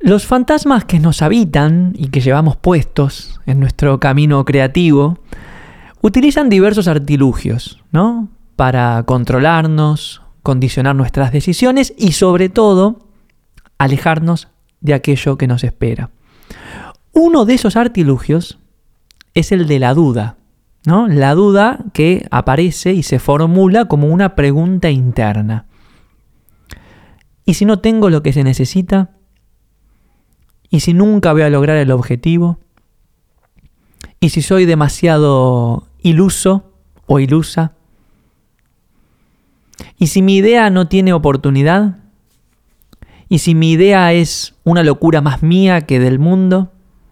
Los fantasmas que nos habitan y que llevamos puestos en nuestro camino creativo utilizan diversos artilugios, ¿no? Para controlarnos, condicionar nuestras decisiones y sobre todo alejarnos de aquello que nos espera. Uno de esos artilugios es el de la duda, ¿no? La duda que aparece y se formula como una pregunta interna. ¿Y si no tengo lo que se necesita? ¿Y si nunca voy a lograr el objetivo? ¿Y si soy demasiado iluso o ilusa? ¿Y si mi idea no tiene oportunidad? ¿Y si mi idea es una locura más mía que del mundo?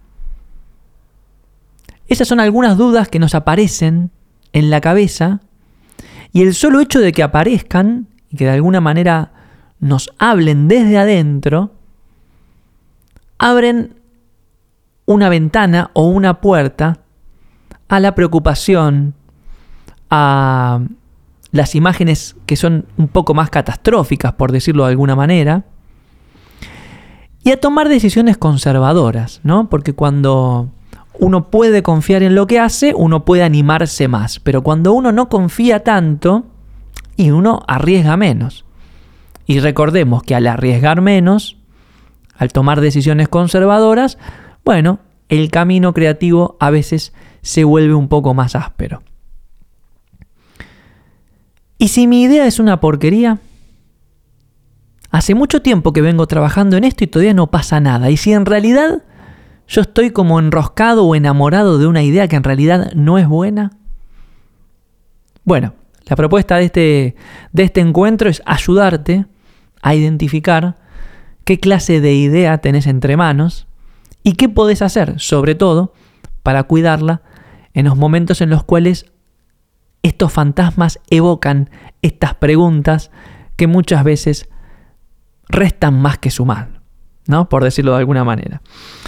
Esas son algunas dudas que nos aparecen en la cabeza y el solo hecho de que aparezcan y que de alguna manera nos hablen desde adentro abren una ventana o una puerta a la preocupación, a las imágenes que son un poco más catastróficas, por decirlo de alguna manera, y a tomar decisiones conservadoras, ¿no? Porque cuando uno puede confiar en lo que hace, uno puede animarse más, pero cuando uno no confía tanto, y uno arriesga menos. Y recordemos que al arriesgar menos, al tomar decisiones conservadoras, bueno, el camino creativo a veces se vuelve un poco más áspero. ¿Y si mi idea es una porquería? Hace mucho tiempo que vengo trabajando en esto y todavía no pasa nada. ¿Y si en realidad yo estoy como enroscado o enamorado de una idea que en realidad no es buena? Bueno, la propuesta de este encuentro es ayudarte a identificar qué clase de idea tenés entre manos y qué podés hacer, sobre todo, para cuidarla en los momentos en los cuales estos fantasmas evocan estas preguntas que muchas veces restan más que sumar, ¿no? Por decirlo de alguna manera.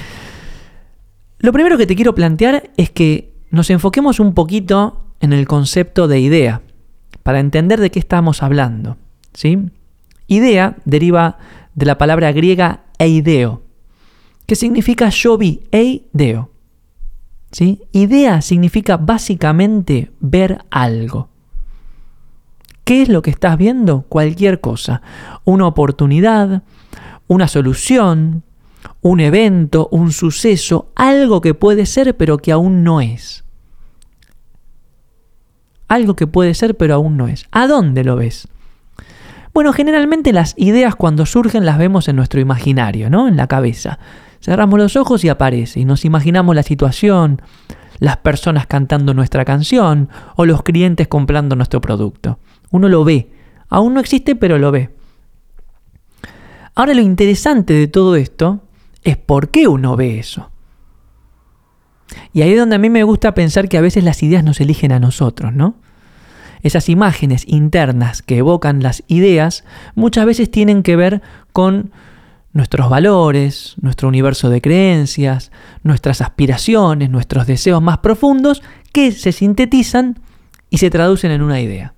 Lo primero que te quiero plantear es que nos enfoquemos un poquito en el concepto de idea, para entender de qué estamos hablando, ¿sí? Idea deriva de la palabra griega eideo, que significa yo vi, eideo, ¿sí? Idea significa básicamente ver algo. ¿Qué es lo que estás viendo? Cualquier cosa. Una oportunidad, una solución, un evento, un suceso, algo que puede ser pero que aún no es. Algo que puede ser pero aún no es. ¿A dónde lo ves? Bueno, generalmente las ideas cuando surgen las vemos en nuestro imaginario, ¿no? En la cabeza. Cerramos los ojos y aparece y nos imaginamos la situación, las personas cantando nuestra canción o los clientes comprando nuestro producto. Uno lo ve. Aún no existe, pero lo ve. Ahora lo interesante de todo esto es por qué uno ve eso. Y ahí es donde a mí me gusta pensar que a veces las ideas nos eligen a nosotros, ¿no? Esas imágenes internas que evocan las ideas muchas veces tienen que ver con nuestros valores, nuestro universo de creencias, nuestras aspiraciones, nuestros deseos más profundos que se sintetizan y se traducen en una idea.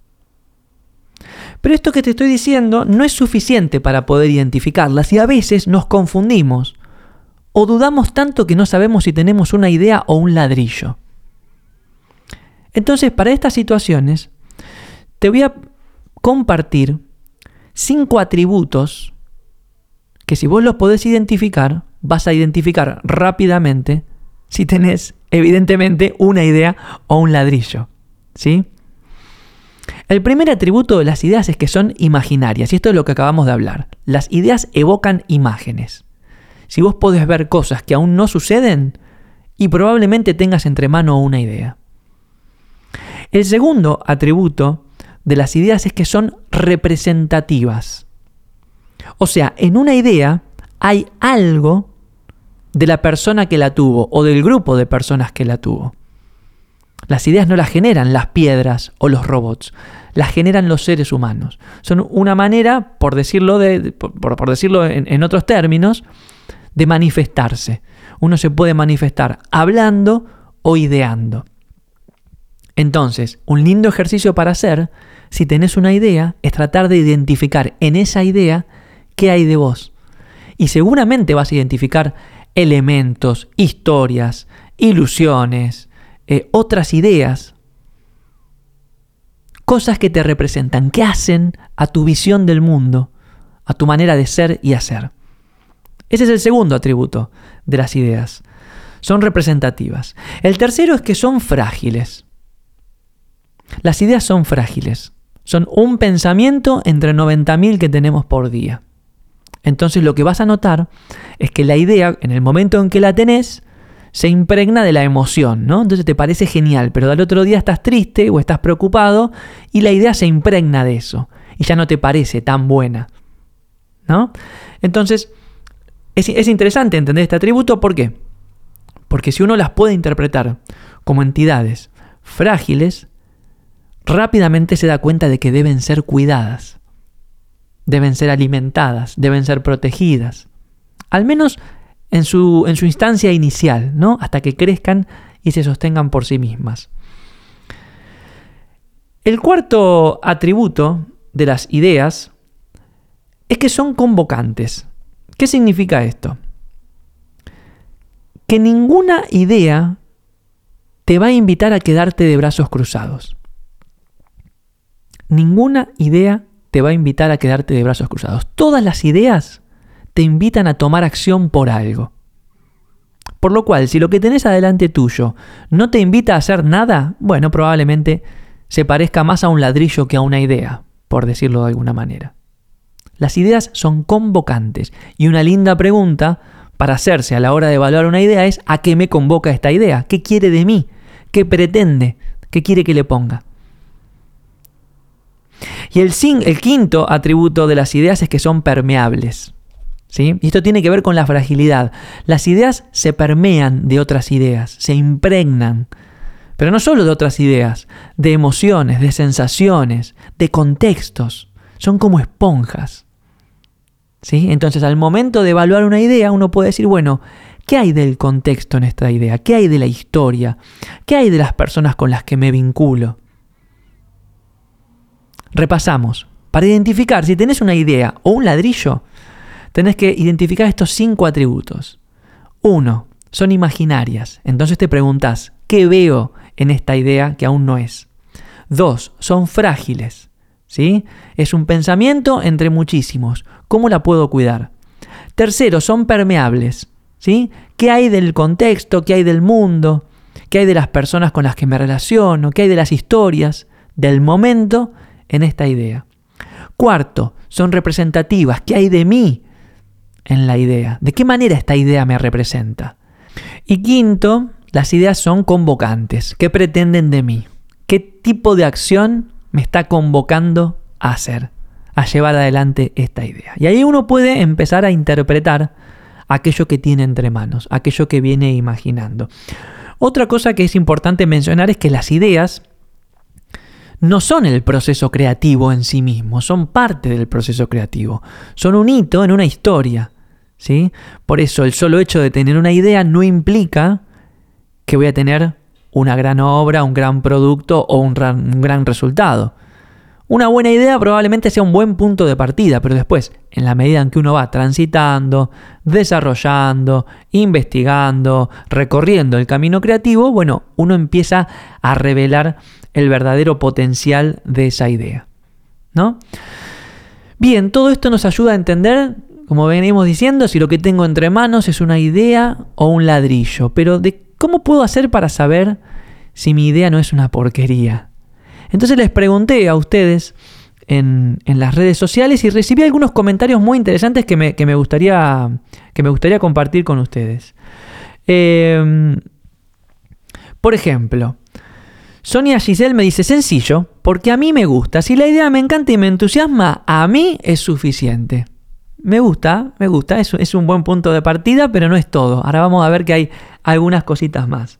Pero esto que te estoy diciendo no es suficiente para poder identificarlas y a veces nos confundimos o dudamos tanto que no sabemos si tenemos una idea o un ladrillo. Entonces, para estas situaciones, te voy a compartir 5 atributos que si vos los podés identificar, vas a identificar rápidamente si tenés, evidentemente, una idea o un ladrillo, ¿sí? El primer atributo de las ideas es que son imaginarias, y esto es lo que acabamos de hablar. Las ideas evocan imágenes. Si vos podés ver cosas que aún no suceden, y probablemente tengas entre mano una idea. El segundo atributo de las ideas es que son representativas. O sea, en una idea hay algo de la persona que la tuvo o del grupo de personas que la tuvo. Las ideas no las generan las piedras o los robots, las generan los seres humanos. Son una manera, por decirlo en otros términos, de manifestarse. Uno se puede manifestar hablando o ideando. Entonces, un lindo ejercicio para hacer, si tenés una idea, es tratar de identificar en esa idea qué hay de vos. Y seguramente vas a identificar elementos, historias, ilusiones, otras ideas, cosas que te representan, que hacen a tu visión del mundo, a tu manera de ser y hacer. Ese es el segundo atributo de las ideas. Son representativas. El tercero es que son frágiles. Las ideas son frágiles. Son un pensamiento entre 90.000 que tenemos por día. Entonces lo que vas a notar es que la idea, en el momento en que la tenés, se impregna de la emoción, ¿no? Entonces te parece genial, pero al otro día estás triste o estás preocupado y la idea se impregna de eso y ya no te parece tan buena, ¿no? Entonces es interesante entender este atributo. ¿Por qué? Porque si uno las puede interpretar como entidades frágiles, rápidamente se da cuenta de que deben ser cuidadas, deben ser alimentadas, deben ser protegidas, al menos en su instancia inicial, ¿no? Hasta que crezcan y se sostengan por sí mismas. El cuarto atributo de las ideas es que son convocantes. ¿Qué significa esto? Que ninguna idea te va a invitar a quedarte de brazos cruzados. Ninguna idea te va a invitar a quedarte de brazos cruzados. Todas las ideas te invitan a tomar acción por algo. Por lo cual, si lo que tenés adelante tuyo no te invita a hacer nada, bueno, probablemente se parezca más a un ladrillo que a una idea, por decirlo de alguna manera. Las ideas son convocantes y una linda pregunta para hacerse a la hora de evaluar una idea es: ¿a qué me convoca esta idea? ¿Qué quiere de mí? ¿Qué pretende? ¿Qué quiere que le ponga? Y el quinto atributo de las ideas es que son permeables, ¿sí? Y esto tiene que ver con la fragilidad. Las ideas se permean de otras ideas, se impregnan, pero no solo de otras ideas, de emociones, de sensaciones, de contextos. Son como esponjas, ¿sí? Entonces, al momento de evaluar una idea, uno puede decir, bueno, ¿qué hay del contexto en esta idea? ¿Qué hay de la historia? ¿Qué hay de las personas con las que me vinculo? Repasamos. Para identificar si tenés una idea o un ladrillo, tenés que identificar estos 5 atributos. 1. Son imaginarias. Entonces te preguntás, ¿qué veo en esta idea que aún no es? 2. Son frágiles, ¿sí? Es un pensamiento entre muchísimos. ¿Cómo la puedo cuidar? 3. Son permeables, ¿sí? ¿Qué hay del contexto? ¿Qué hay del mundo? ¿Qué hay de las personas con las que me relaciono? ¿Qué hay de las historias? Del momento en esta idea. 4. Son representativas. ¿Qué hay de mí en la idea? ¿De qué manera esta idea me representa? Y 5, las ideas son convocantes. ¿Qué pretenden de mí? ¿Qué tipo de acción me está convocando a hacer, a llevar adelante esta idea? Y ahí uno puede empezar a interpretar aquello que tiene entre manos, aquello que viene imaginando. Otra cosa que es importante mencionar es que las ideas no son el proceso creativo en sí mismo, son parte del proceso creativo. Son un hito en una historia, ¿sí? Por eso el solo hecho de tener una idea no implica que voy a tener una gran obra, un gran producto o un gran resultado. Una buena idea probablemente sea un buen punto de partida, pero después, en la medida en que uno va transitando, desarrollando, investigando, recorriendo el camino creativo, bueno, uno empieza a revelar el verdadero potencial de esa idea, ¿no? Bien, todo esto nos ayuda a entender, como venimos diciendo, si lo que tengo entre manos es una idea o un ladrillo. Pero ¿cómo puedo hacer para saber si mi idea no es una porquería? Entonces les pregunté a ustedes en las redes sociales y recibí algunos comentarios muy interesantes que me gustaría compartir con ustedes. Por ejemplo, Sonia Giselle me dice: sencillo, porque a mí me gusta. Si la idea me encanta y me entusiasma, a mí es suficiente. Me gusta, es un buen punto de partida, pero no es todo. Ahora vamos a ver que hay algunas cositas más.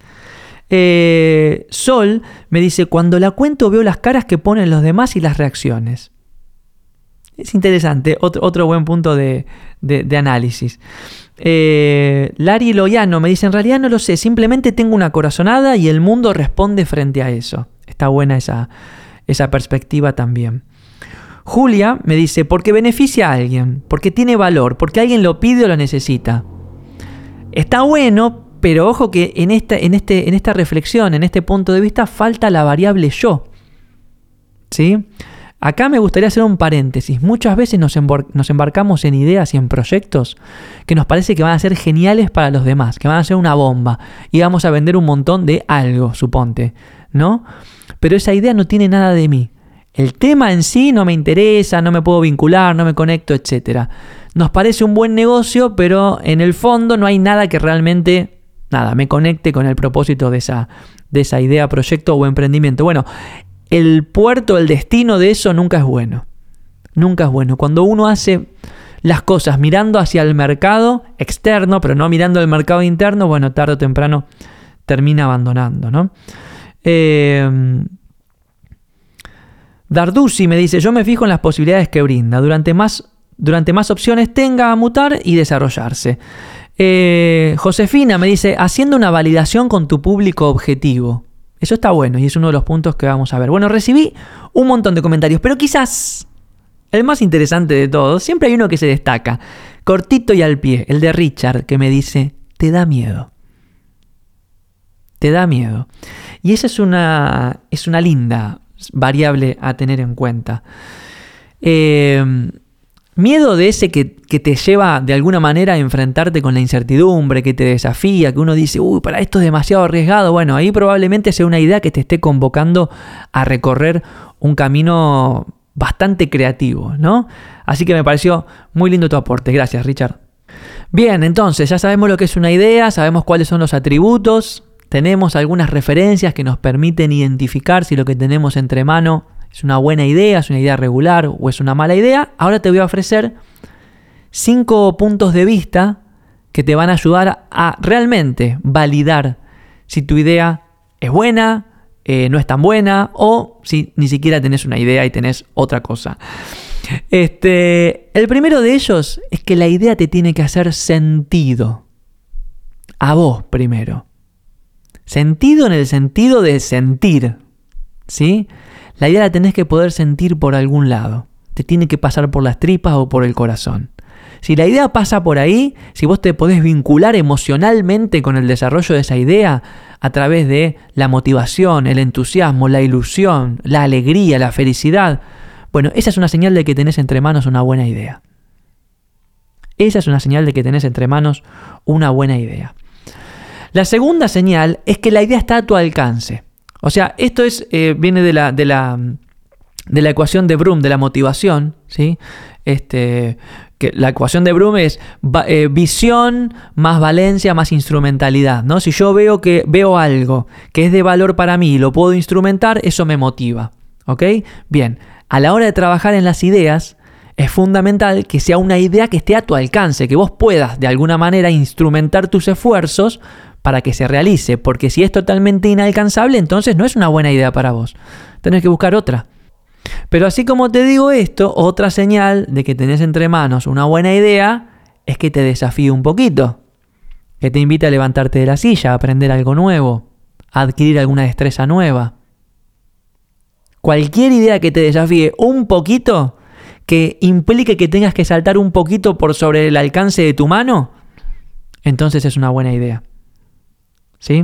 Sol me dice: cuando la cuento veo las caras que ponen los demás y las reacciones. Es interesante, otro buen punto de análisis. Lari Loyano me dice: en realidad no lo sé, simplemente tengo una corazonada y el mundo responde frente a eso. Está buena esa perspectiva también. Julia me dice, porque beneficia a alguien, porque tiene valor, porque alguien lo pide o lo necesita. Está bueno, pero ojo que en esta reflexión, en este punto de vista, falta la variable yo. ¿Sí? Acá me gustaría hacer un paréntesis. Muchas veces nos embarcamos en ideas y en proyectos que nos parece que van a ser geniales para los demás, que van a ser una bomba y vamos a vender un montón de algo, suponte, ¿no? Pero esa idea no tiene nada de mí. El tema en sí no me interesa, no me puedo vincular, no me conecto, etc. Nos parece un buen negocio, pero en el fondo no hay nada que realmente me conecte con el propósito de esa idea, proyecto o emprendimiento. Bueno, el puerto, el destino de eso nunca es bueno. Nunca es bueno. Cuando uno hace las cosas mirando hacia el mercado externo, pero no mirando el mercado interno, bueno, tarde o temprano termina abandonando, ¿no? Darduzzi me dice, yo me fijo en las posibilidades que brinda. Durante más opciones tenga a mutar y desarrollarse. Josefina me dice, haciendo una validación con tu público objetivo. Eso está bueno y es uno de los puntos que vamos a ver. Bueno, recibí un montón de comentarios, pero quizás el más interesante de todos, siempre hay uno que se destaca, cortito y al pie, el de Richard, que me dice, te da miedo. Te da miedo. Y esa es una linda variable a tener en cuenta. Miedo de ese que te lleva de alguna manera a enfrentarte con la incertidumbre, que te desafía, que uno dice, para esto es demasiado arriesgado. Bueno, ahí probablemente sea una idea que te esté convocando a recorrer un camino bastante creativo, ¿no? Así que me pareció muy lindo tu aporte. Gracias, Richard. Bien, entonces ya sabemos lo que es una idea, sabemos cuáles son los atributos, tenemos algunas referencias que nos permiten identificar si lo que tenemos entre manos es una buena idea, es una idea regular o es una mala idea. Ahora te voy a ofrecer 5 puntos de vista que te van a ayudar a realmente validar si tu idea es buena, no es tan buena o si ni siquiera tenés una idea y tenés otra cosa. El primero de ellos es que la idea te tiene que hacer sentido. A vos primero. Sentido en el sentido de sentir, ¿sí? La idea la tenés que poder sentir por algún lado. Te tiene que pasar por las tripas o por el corazón. Si la idea pasa por ahí, si vos te podés vincular emocionalmente con el desarrollo de esa idea a través de la motivación, el entusiasmo, la ilusión, la alegría, la felicidad, bueno, esa es una señal de que tenés entre manos una buena idea. Esa es una señal de que tenés entre manos una buena idea. La segunda señal es que la idea está a tu alcance. O sea, esto viene de la ecuación de Bloom, de la motivación, ¿sí? Que la ecuación de Bloom es visión más valencia más instrumentalidad, ¿no? Si yo veo algo que es de valor para mí y lo puedo instrumentar, eso me motiva, ¿ok? Bien, a la hora de trabajar en las ideas, es fundamental que sea una idea que esté a tu alcance, que vos puedas de alguna manera instrumentar tus esfuerzos para que se realice, porque si es totalmente inalcanzable, entonces no es una buena idea para vos. Tenés que buscar otra. Pero así como te digo esto, otra señal de que tenés entre manos una buena idea es que te desafíe un poquito, que te invite a levantarte de la silla, a aprender algo nuevo, a adquirir alguna destreza nueva. Cualquier idea que te desafíe un poquito, que implique que tengas que saltar un poquito por sobre el alcance de tu mano, entonces es una buena idea. ¿Sí?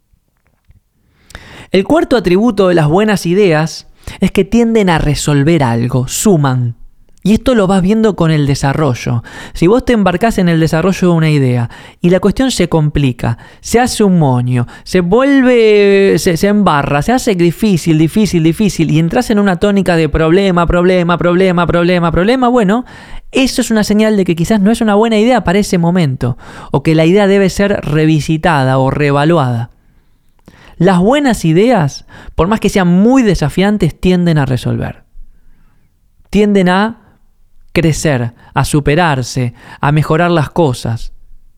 El cuarto atributo de las buenas ideas es que tienden a resolver algo, suman. Y esto lo vas viendo con el desarrollo. Si vos te embarcás en el desarrollo de una idea y la cuestión se complica, se hace un moño, se embarra, se hace difícil y entras en una tónica de problema, bueno, eso es una señal de que quizás no es una buena idea para ese momento o que la idea debe ser revisitada o reevaluada. Las buenas ideas, por más que sean muy desafiantes, tienden a resolver. Tienden a crecer, a superarse, a mejorar las cosas.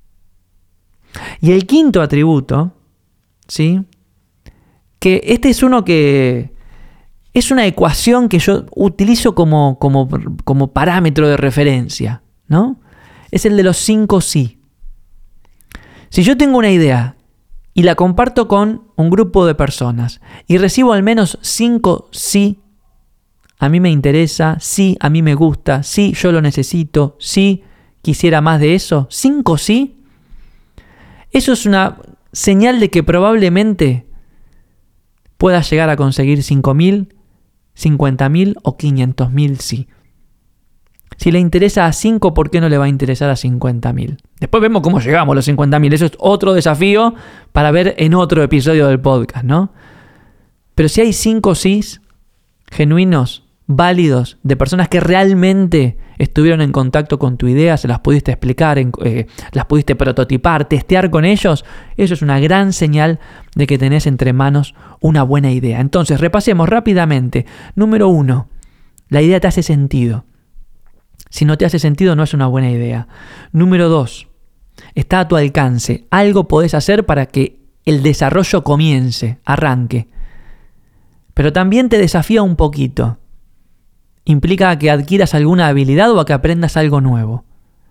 Y el quinto atributo, ¿sí? Que este es uno que es una ecuación que yo utilizo como parámetro de referencia, ¿no? Es el de los 5 sí. Si yo tengo una idea y la comparto con un grupo de personas y recibo al menos 5 sí a mí me interesa, sí, a mí me gusta, sí, yo lo necesito, sí, quisiera más de eso, 5 sí. Eso es una señal de que probablemente puedas llegar a conseguir 5.000, 50.000 o 500.000 sí. Si le interesa a 5, ¿por qué no le va a interesar a 50.000? Después vemos cómo llegamos a los 50.000. Eso es otro desafío para ver en otro episodio del podcast, ¿no? Pero si hay 5 sís genuinos, válidos, de personas que realmente estuvieron en contacto con tu idea, se las pudiste explicar, las pudiste prototipar, testear con ellos, eso es una gran señal de que tenés entre manos una buena idea. Entonces, repasemos rápidamente. Número 1, la idea te hace sentido. Si no te hace sentido, no es una buena idea. Número 2, está a tu alcance. Algo podés hacer para que el desarrollo comience, arranque. Pero también te desafía un poquito. Implica que adquieras alguna habilidad o a que aprendas algo nuevo.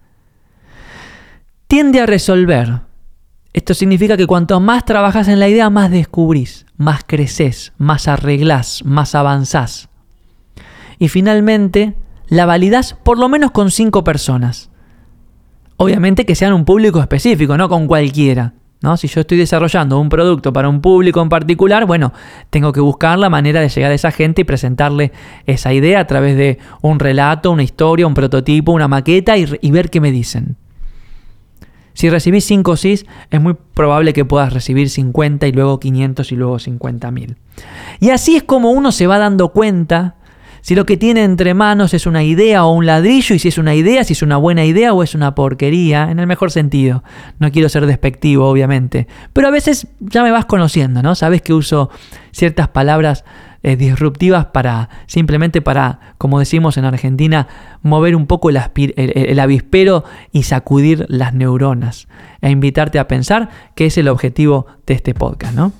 Tiende a resolver. Esto significa que cuanto más trabajas en la idea, más descubrís, más creces, más arreglás, más avanzás. Y finalmente, la validás por lo menos con 5 personas. Obviamente que sean un público específico, no con cualquiera, ¿no? Si yo estoy desarrollando un producto para un público en particular, bueno, tengo que buscar la manera de llegar a esa gente y presentarle esa idea a través de un relato, una historia, un prototipo, una maqueta y ver qué me dicen. Si recibís 5 sís, es muy probable que puedas recibir 50 y luego 500 y luego 50.000. Y así es como uno se va dando cuenta si lo que tiene entre manos es una idea o un ladrillo, y si es una idea, si es una buena idea o es una porquería, en el mejor sentido. No quiero ser despectivo, obviamente. Pero a veces ya me vas conociendo, ¿no? Sabes que uso ciertas palabras disruptivas simplemente para, como decimos en Argentina, mover un poco el avispero y sacudir las neuronas. E invitarte a pensar que es el objetivo de este podcast, ¿no?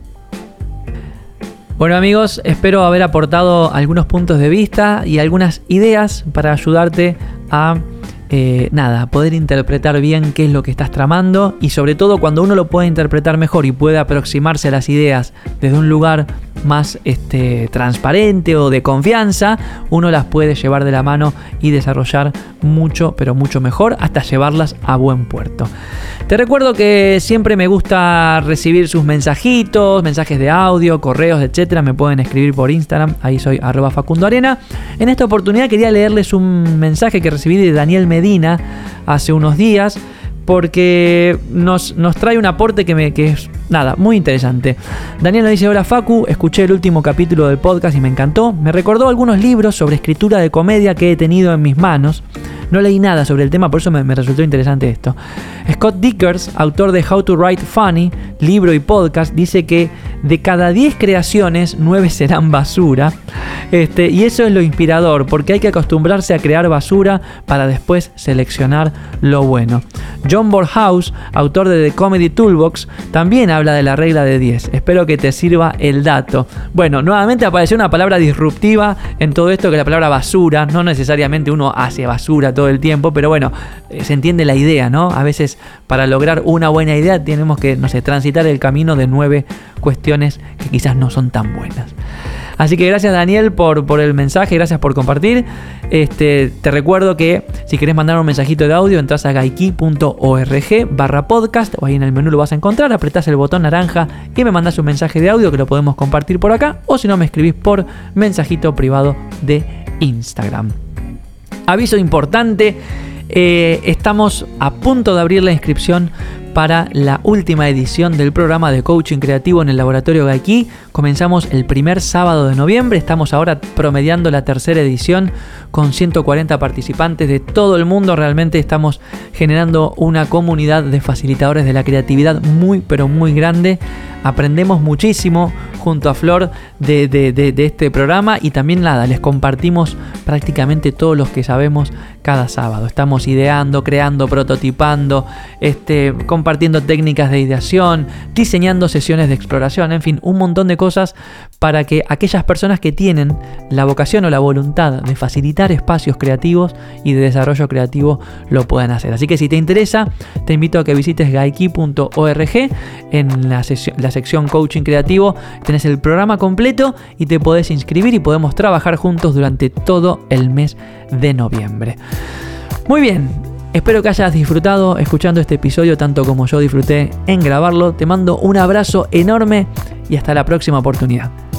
Bueno amigos, espero haber aportado algunos puntos de vista y algunas ideas para ayudarte a poder interpretar bien qué es lo que estás tramando, y sobre todo cuando uno lo puede interpretar mejor y puede aproximarse a las ideas desde un lugar más transparente o de confianza, uno las puede llevar de la mano y desarrollar mucho, pero mucho mejor, hasta llevarlas a buen puerto. Te recuerdo que siempre me gusta recibir sus mensajitos, mensajes de audio, correos, etcétera. Me pueden escribir por Instagram, ahí soy @FacundoArena. En esta oportunidad quería leerles un mensaje que recibí de Daniel Medina hace unos días, porque nos trae un aporte que es muy interesante. Daniel nos dice: hola Facu, escuché el último capítulo del podcast y me encantó. Me recordó algunos libros sobre escritura de comedia que he tenido en mis manos. No leí nada sobre el tema, por eso me resultó interesante esto. Scott Dickers, autor de How to Write Funny, libro y podcast, dice que de cada 10 creaciones, 9 serán basura. Y eso es lo inspirador, porque hay que acostumbrarse a crear basura para después seleccionar lo bueno. John Borhaus, autor de The Comedy Toolbox, también habla de la regla de 10. Espero que te sirva el dato. Bueno, nuevamente apareció una palabra disruptiva en todo esto, que es la palabra basura. No necesariamente uno hace basura todo el tiempo, pero bueno, se entiende la idea, ¿no? A veces para lograr una buena idea tenemos que, transitar el camino de 9 cuestiones que quizás no son tan buenas. Así que gracias Daniel por el mensaje, gracias por compartir. Te recuerdo que si querés mandar un mensajito de audio, entras a gaiki.org/podcast, o ahí en el menú lo vas a encontrar, apretás el botón naranja y me mandás un mensaje de audio que lo podemos compartir por acá, o si no me escribís por mensajito privado de Instagram. Aviso importante, estamos a punto de abrir la inscripción para la última edición del programa de coaching creativo en el Laboratorio Gaiki. Comenzamos el primer sábado de noviembre, estamos ahora promediando la tercera edición con 140 participantes de todo el mundo. Realmente estamos generando una comunidad de facilitadores de la creatividad muy, pero muy grande. Aprendemos muchísimo junto a Flor de este programa, y también les compartimos prácticamente todos los que sabemos cada sábado. Estamos ideando, creando, prototipando, compartiendo técnicas de ideación, diseñando sesiones de exploración, en fin, un montón de cosas para que aquellas personas que tienen la vocación o la voluntad de facilitar espacios creativos y de desarrollo creativo lo puedan hacer. Así que si te interesa, te invito a que visites gaiki.org. En la sección Coaching Creativo tenés el programa completo y te podés inscribir y podemos trabajar juntos durante todo el mes de noviembre. Muy bien, espero que hayas disfrutado escuchando este episodio tanto como yo disfruté en grabarlo. Te mando un abrazo enorme y hasta la próxima oportunidad.